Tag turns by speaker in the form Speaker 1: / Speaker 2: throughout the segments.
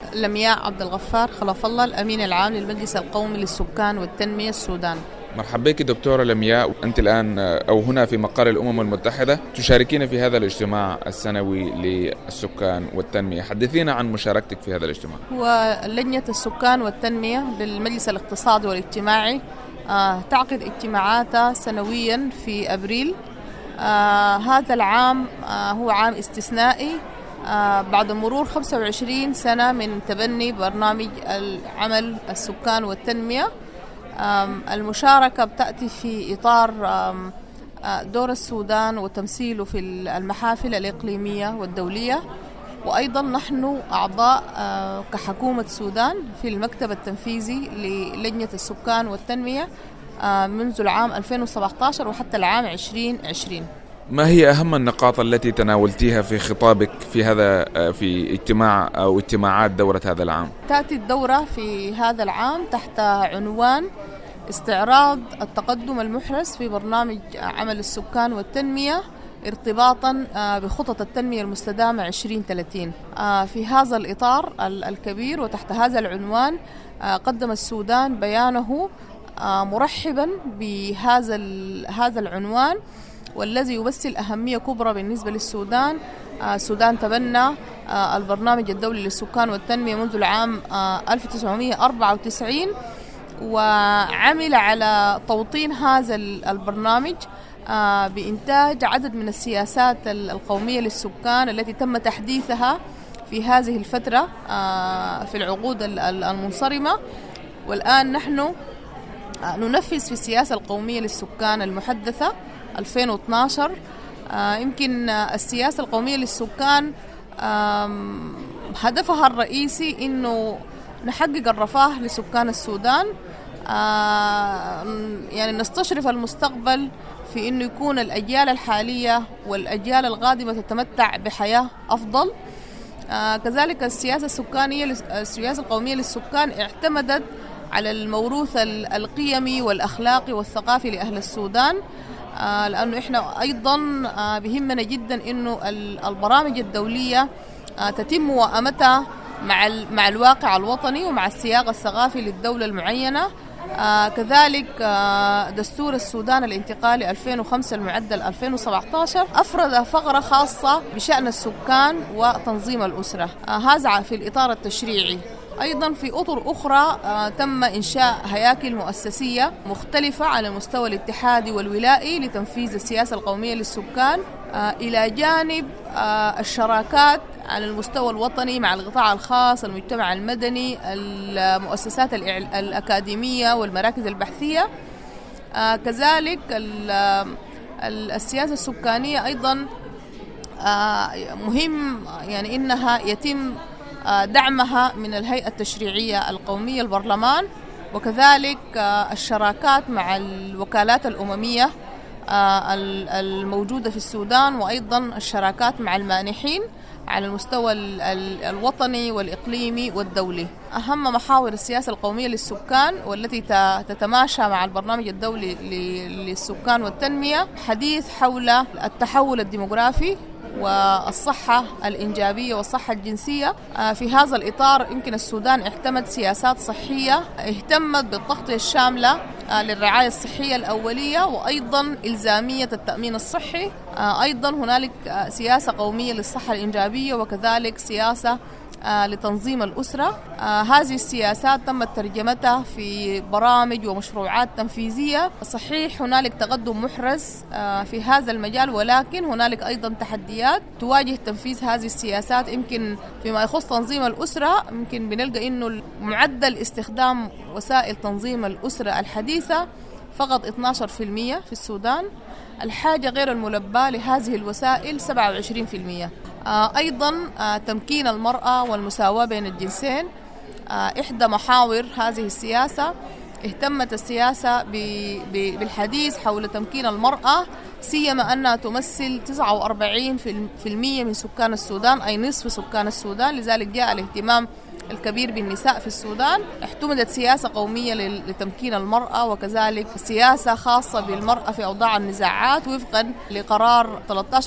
Speaker 1: لمياء عبد الغفار خلف الله، الأمين العام للمجلس القومي للسكان والتنمية السودان.
Speaker 2: مرحبا بك دكتورة لمياء، أنت الآن أو هنا في مقر الأمم المتحدة تشاركين في هذا الاجتماع السنوي للسكان والتنمية. حدثينا عن مشاركتك في هذا الاجتماع.
Speaker 1: ولجنة السكان والتنمية بالمجلس الاقتصادي والاجتماعي تعقد اجتماعاتها سنويا في أبريل. هذا العام هو عام استثنائي بعد مرور 25 سنة من تبني برنامج العمل السكان والتنمية. المشاركة بتأتي في إطار دور السودان وتمثيله في المحافل الإقليمية والدولية، وأيضا نحن أعضاء كحكومة السودان في المكتب التنفيذي للجنة السكان والتنمية منذ العام 2017 وحتى العام 2020.
Speaker 2: ما هي أهم النقاط التي تناولتيها في خطابك في اجتماع أو اجتماعات دورة هذا العام؟
Speaker 1: تأتي الدورة في هذا العام تحت عنوان استعراض التقدم المحرز في برنامج عمل السكان والتنمية ارتباطا بخطط التنمية المستدامة 2030. في هذا الإطار الكبير وتحت هذا العنوان قدم السودان بيانه مرحبا بهذا العنوان، والذي يمثل أهمية كبرى بالنسبة للسودان. السودان تبنى البرنامج الدولي للسكان والتنمية منذ العام 1994 وعمل على توطين هذا البرنامج بإنتاج عدد من السياسات القومية للسكان التي تم تحديثها في هذه الفترة في العقود المنصرمة. والآن نحن ننفذ في السياسة القومية للسكان المحدثة 2012. يمكن السياسة القومية للسكان هدفها الرئيسي إنه نحقق الرفاه لسكان السودان، يعني نستشرف المستقبل في إنه يكون الأجيال الحالية والأجيال القادمة تتمتع بحياة أفضل. كذلك السياسة القومية للسكان اعتمدت على الموروث القيمي والأخلاقي والثقافي لأهل السودان، لأنه إحنا أيضا بهمنا جدا إنه البرامج الدولية تتم موائمتها مع الواقع الوطني ومع السياق الثقافي للدولة المعينة. كذلك دستور السودان الانتقالي 2005 المعدل 2017 أفرد فقرة خاصة بشأن السكان وتنظيم الأسرة، هذا في الإطار التشريعي. أيضا في أطر أخرى تم إنشاء هياكل مؤسسية مختلفة على المستوى الاتحادي والولائي لتنفيذ السياسة القومية للسكان، إلى جانب الشراكات على المستوى الوطني مع القطاع الخاص، المجتمع المدني، المؤسسات الأكاديمية والمراكز البحثية. كذلك السياسة السكانية أيضا مهم يعني إنها يتم دعمها من الهيئة التشريعية القومية البرلمان، وكذلك الشراكات مع الوكالات الأممية الموجودة في السودان، وأيضا الشراكات مع المانحين على المستوى الوطني والإقليمي والدولي. أهم محاور السياسة القومية للسكان والتي تتماشى مع البرنامج الدولي للسكان والتنمية حديث حول التحول الديموغرافي والصحة الإنجابية والصحة الجنسية. في هذا الإطار يمكن السودان اعتمد سياسات صحية اهتمت بالتغطية الشاملة للرعاية الصحية الأولية وأيضا إلزامية التأمين الصحي. أيضا هنالك سياسة قومية للصحة الإنجابية وكذلك سياسة لتنظيم الأسرة. هذه السياسات تمت ترجمتها في برامج ومشروعات تنفيذية. صحيح هنالك تقدم محرز في هذا المجال، ولكن هنالك أيضا تحديات تواجه تنفيذ هذه السياسات. يمكن فيما يخص تنظيم الأسرة يمكن بنلقى إنه معدل استخدام وسائل تنظيم الأسرة الحديثة فقط 12% في السودان، الحاجة غير الملباة لهذه الوسائل 27%. أيضا تمكين المرأة والمساواة بين الجنسين إحدى محاور هذه السياسة. اهتمت السياسة بالحديث حول تمكين المرأة، سيما أنها تمثل 49% من سكان السودان، أي نصف سكان السودان. لذلك جاء الاهتمام الكبير بالنساء في السودان اعتمدت سياسة قومية لتمكين المرأة، وكذلك سياسة خاصة بالمرأة في أوضاع النزاعات وفقا لقرار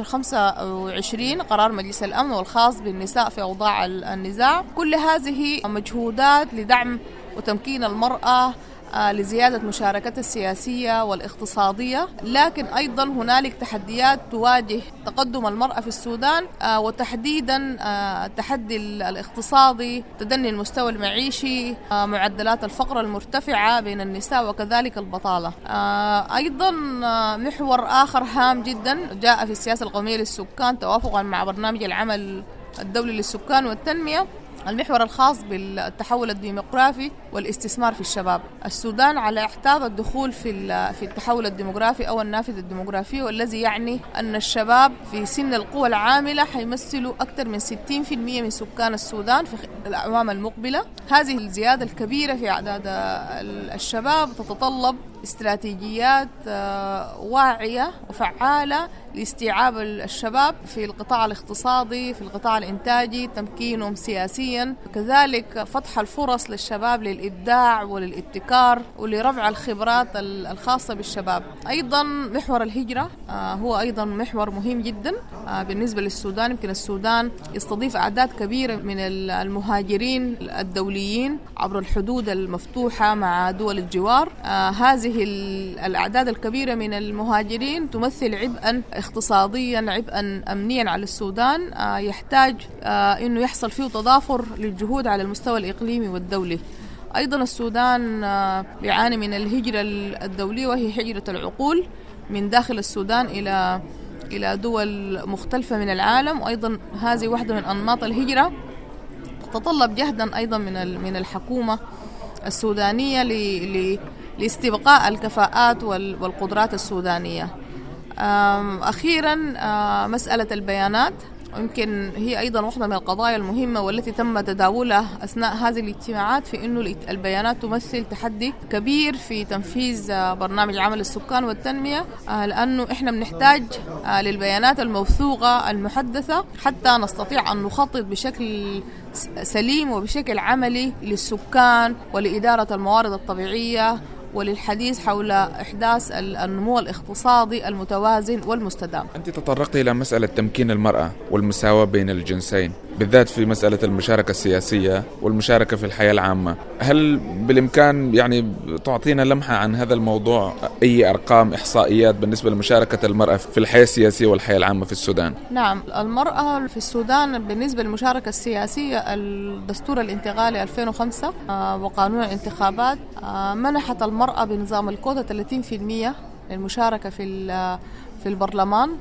Speaker 1: 1325 قرار مجلس الأمن والخاص بالنساء في أوضاع النزاع. كل هذه مجهودات لدعم وتمكين المرأة لزيادة مشاركتها السياسية والاقتصادية، لكن أيضا هنالك تحديات تواجه تقدم المرأة في السودان، وتحديدا التحدي الاقتصادي، تدني المستوى المعيشي، معدلات الفقر المرتفعة بين النساء، وكذلك البطالة. أيضا محور آخر هام جدا جاء في السياسة القومية للسكان توافقا مع برنامج العمل الدولي للسكان والتنمية، المحور الخاص بالتحول الديموغرافي والاستثمار في الشباب. السودان على احتاب الدخول في التحول الديموغرافي أو النافذة الديموغرافية، والذي يعني أن الشباب في سن القوى العاملة حيمثلوا أكثر من 60% من سكان السودان في الأعوام المقبلة. هذه الزيادة الكبيرة في أعداد الشباب تتطلب استراتيجيات واعية وفعالة لاستيعاب الشباب في القطاع الاقتصادي، في القطاع الإنتاجي، تمكينهم سياسيا، وكذلك فتح الفرص للشباب للإبداع وللابتكار ولرفع الخبرات الخاصة بالشباب. أيضا محور الهجرة هو أيضا محور مهم جدا بالنسبة للسودان. يمكن السودان يستضيف أعداد كبيرة من المهاجرين الدوليين عبر الحدود المفتوحة مع دول الجوار. هذه الأعداد الكبيرة من المهاجرين تمثل عبئا اقتصاديا، عبئا أمنيا على السودان، يحتاج أنه يحصل فيه تضافر للجهود على المستوى الإقليمي والدولي. أيضا السودان يعاني من الهجرة الدولية، وهي هجرة العقول من داخل السودان إلى دول مختلفة من العالم، وأيضا هذه واحدة من أنماط الهجرة تتطلب جهدا أيضا من الحكومة السودانية لاستبقاء الكفاءات والقدرات السودانية. أخيرا مسألة البيانات، يمكن هي أيضا واحدة من القضايا المهمة والتي تم تداولها أثناء هذه الاجتماعات، في أنه البيانات تمثل تحدي كبير في تنفيذ برنامج عمل السكان والتنمية، لأنه إحنا بنحتاج للبيانات الموثوقة المحدثة حتى نستطيع أن نخطط بشكل سليم وبشكل عملي للسكان ولإدارة الموارد الطبيعية وللحديث حول إحداث النمو الاقتصادي المتوازن والمستدام.
Speaker 2: أنت تطرقت إلى مسألة تمكين المرأة والمساواة بين الجنسين، بالذات في مسألة المشاركة السياسية والمشاركة في الحياة العامة. هل بالإمكان يعني تعطينا لمحة عن هذا الموضوع؟ أي أرقام، إحصائيات بالنسبة لمشاركة المرأة في الحياة السياسية والحياة العامة في السودان؟
Speaker 1: نعم، المرأة في السودان بالنسبة للمشاركة السياسية، الدستور الانتقالي 2005 وقانون الانتخابات منحت المرأة بنظام الكوتا 30% للمشاركة في البرلمان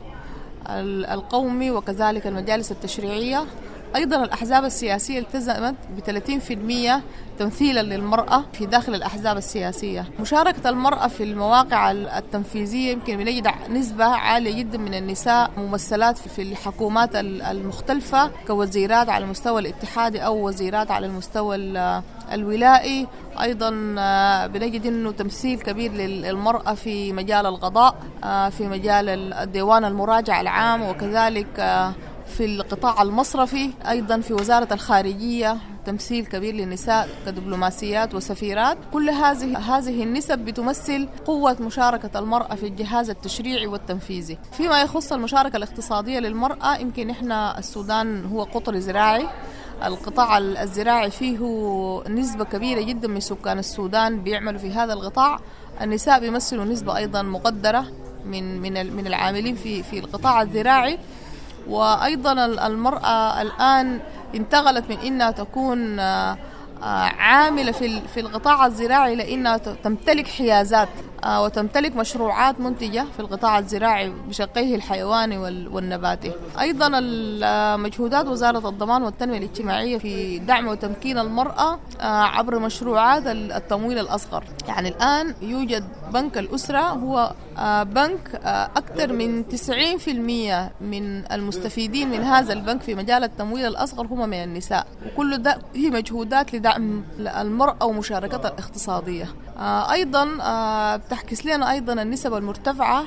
Speaker 1: القومي وكذلك المجالس التشريعية. أيضا الأحزاب السياسية التزمت ب30% تمثيلا للمرأة في داخل الأحزاب السياسية. مشاركة المرأة في المواقع التنفيذية يمكن بنجد نسبة عالية جدا من النساء ممثلات في الحكومات المختلفة كوزيرات على المستوى الاتحادي أو وزيرات على المستوى الولائي. أيضا بنجد أنه تمثيل كبير للمرأة في مجال القضاء، في مجال الديوان المراجع العام، وكذلك في القطاع المصرفي. أيضا في وزارة الخارجية تمثيل كبير للنساء كدبلوماسيات وسفيرات. كل هذه النسب بتمثل قوة مشاركة المرأة في الجهاز التشريعي والتنفيذي. فيما يخص المشاركة الاقتصادية للمرأة، يمكن إحنا السودان هو قطر زراعي. القطاع الزراعي فيه نسبة كبيرة جدا من سكان السودان بيعملوا في هذا القطاع. النساء بيمثلوا نسبة أيضا مقدرة من العاملين في القطاع الزراعي. وأيضا المرأة الآن انتقلت من إنها تكون عاملة في القطاع الزراعي لأنها تمتلك حيازات وتمتلك مشروعات منتجة في القطاع الزراعي بشقيه الحيواني والنباتي. أيضا مجهودات وزارة الضمان والتنمية الاجتماعية في دعم وتمكين المرأة عبر مشروعات التمويل الأصغر. يعني الآن يوجد بنك الأسرة، هو بنك أكثر من 90% من المستفيدين من هذا البنك في مجال التمويل الأصغر هم من النساء، وكل ده هي مجهودات لدعم المرأة ومشاركتها الاقتصادية. أيضا بتحكس لنا أيضا النسب المرتفعة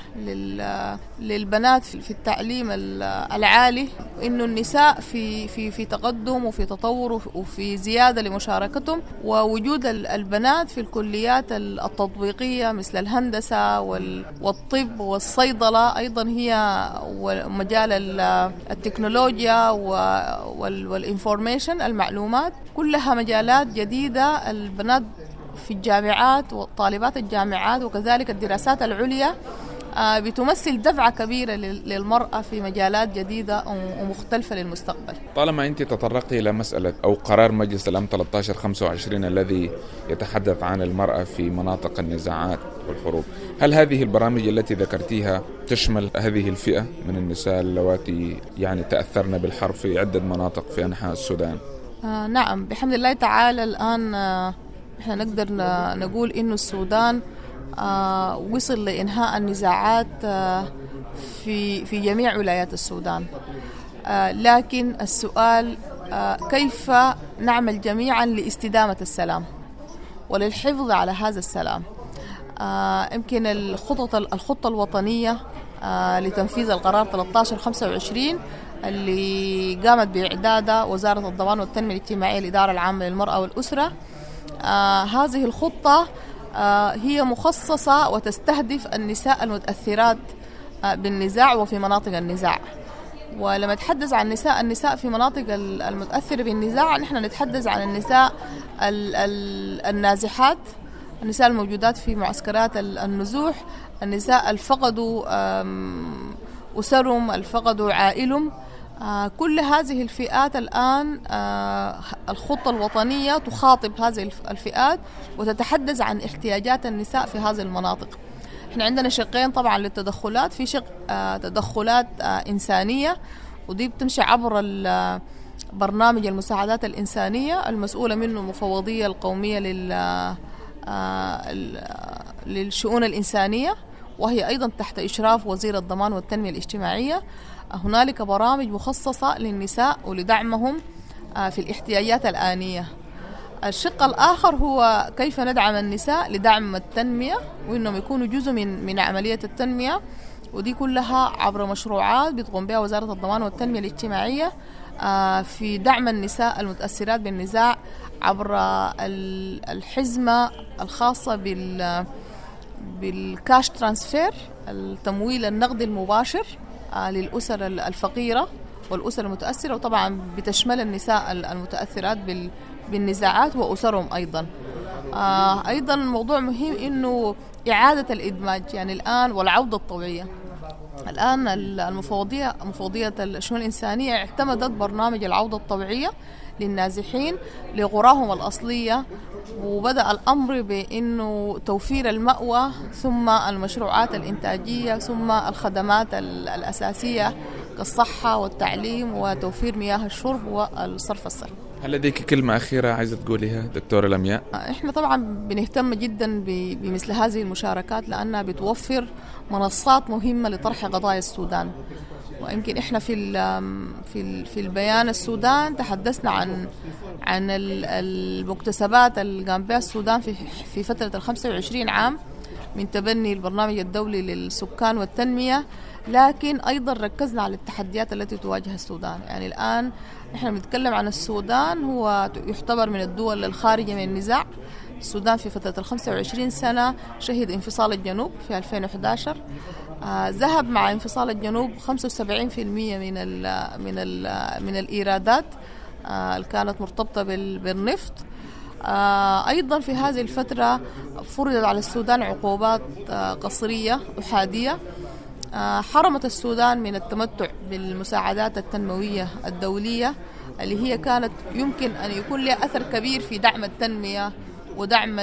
Speaker 1: للبنات في التعليم العالي، إنه النساء في تقدم وفي تطور وفي زيادة لمشاركتهم، ووجود البنات في الكليات التطبيقية مثل الهندسة والطب والصيدلة، أيضا هي مجال التكنولوجيا والإنفورميشن المعلومات، كلها مجالات جديدة. البنات في الجامعات وطالبات الجامعات وكذلك الدراسات العليا بتمثل دفعة كبيرة للمرأة في مجالات جديدة ومختلفة للمستقبل.
Speaker 2: طالما أنت تطرقتي إلى مسألة أو قرار مجلس الأمن 1325 الذي يتحدث عن المرأة في مناطق النزاعات والحروب، هل هذه البرامج التي ذكرتيها تشمل هذه الفئة من النساء اللواتي يعني تأثرن بالحرب في عدة مناطق في أنحاء السودان؟
Speaker 1: نعم، بحمد الله تعالى الآن احنا نقدر نقول إنه السودان وصل لإنهاء النزاعات في جميع ولايات السودان، لكن السؤال كيف نعمل جميعا لاستدامة السلام وللحفظ على هذا السلام. يمكن الخطة الوطنية لتنفيذ القرار 1325 اللي قامت بإعدادها وزارة الضمان والتنمية الاجتماعية الإدارة العامة للمرأة والأسرة، هذه الخطة هي مخصصة وتستهدف النساء المتأثرات بالنزاع وفي مناطق النزاع. ولما نتحدث عن النساء في مناطق المتأثرة بالنزاع، نحن نتحدث عن النساء النازحات، النساء الموجودات في معسكرات النزوح، النساء الفقدوا أسرهم، الفقدوا عائلهم. كل هذه الفئات الآن الخطة الوطنية تخاطب هذه الفئات وتتحدث عن احتياجات النساء في هذه المناطق. احنا عندنا شقين طبعا للتدخلات، في شق تدخلات إنسانية، ودي بتمشي عبر برنامج المساعدات الإنسانية المسؤولة منه المفوضية القومية للشؤون الإنسانية، وهي أيضا تحت إشراف وزير الضمان والتنمية الاجتماعية. هنالك برامج مخصصة للنساء ولدعمهم في الاحتياجات الآنية. الشق الآخر هو كيف ندعم النساء لدعم التنمية وإنهم يكونوا جزء من عملية التنمية، ودي كلها عبر مشروعات بتقوم بها وزارة الضمان والتنمية الاجتماعية في دعم النساء المتأثرات بالنزاع عبر الحزمة الخاصة بالكاش ترانسفير، التمويل النقدي المباشر للأسر الفقيرة والأسر المتأثرة، وطبعا بتشمل النساء المتأثرات بالنزاعات وأسرهم أيضا. أيضا موضوع مهم إنه إعادة الإدماج يعني الآن والعودة الطوعية. الآن مفوضية الشؤون الإنسانية اعتمدت برنامج العودة الطوعية للنازحين لقراهم الأصلية، وبدأ الأمر بأنه توفير المأوى ثم المشروعات الإنتاجية ثم الخدمات الأساسية كالصحة والتعليم وتوفير مياه الشرب والصرف الصحي.
Speaker 2: هل لديك كلمة أخيرة عايزة تقوليها دكتورة لمياء؟
Speaker 1: إحنا طبعا بنهتم جدا بمثل هذه المشاركات لأنها بتوفر منصات مهمة لطرح قضايا السودان. ويمكن إحنا في البيان السودان تحدثنا عن المكتسبات اللي قام بها السودان في فترة 25 عام من تبني البرنامج الدولي للسكان والتنمية، لكن أيضا ركزنا على التحديات التي تواجه السودان. يعني الآن نحن بنتكلم عن السودان، هو يعتبر من الدول الخارجة من النزاع. السودان في فترة 25 سنة شهد انفصال الجنوب في 2011. ذهب مع انفصال الجنوب 75% من الإيرادات اللي كانت مرتبطة بالنفط. أيضا في هذه الفترة فرضت على السودان عقوبات قصرية أحادية حرمت السودان من التمتع بالمساعدات التنموية الدولية اللي هي كانت يمكن أن يكون لها أثر كبير في دعم التنمية ودعم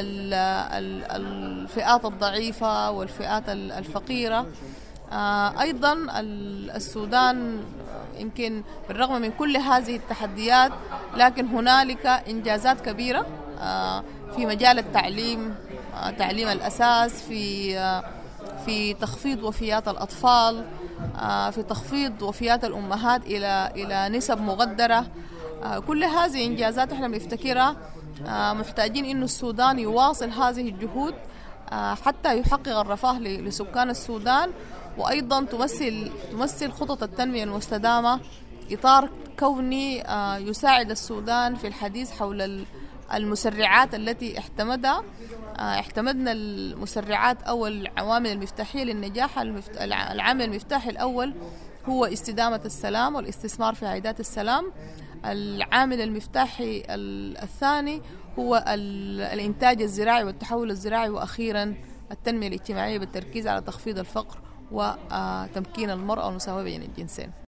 Speaker 1: الفئات الضعيفة والفئات الفقيرة. أيضا السودان يمكن بالرغم من كل هذه التحديات لكن هنالك إنجازات كبيرة في مجال التعليم، تعليم الأساس، في تخفيض وفيات الأطفال، في تخفيض وفيات الأمهات إلى نسب مقدرة، كل هذه إنجازات احنا بنفتكرها. محتاجين إنه السودان يواصل هذه الجهود حتى يحقق الرفاه لسكان السودان، وأيضا تمثل خطط التنمية المستدامة إطار كوني يساعد السودان في الحديث حول المسرعات التي احتمدنا المسرعات أو العوامل المفتاحية للنجاح. العامل المفتاحي الأول هو استدامة السلام والاستثمار في عائدات السلام. العامل المفتاحي الثاني هو الإنتاج الزراعي والتحول الزراعي، وأخيرا التنمية الاجتماعية بالتركيز على تخفيض الفقر وتمكين المرأة والمساواة بين الجنسين.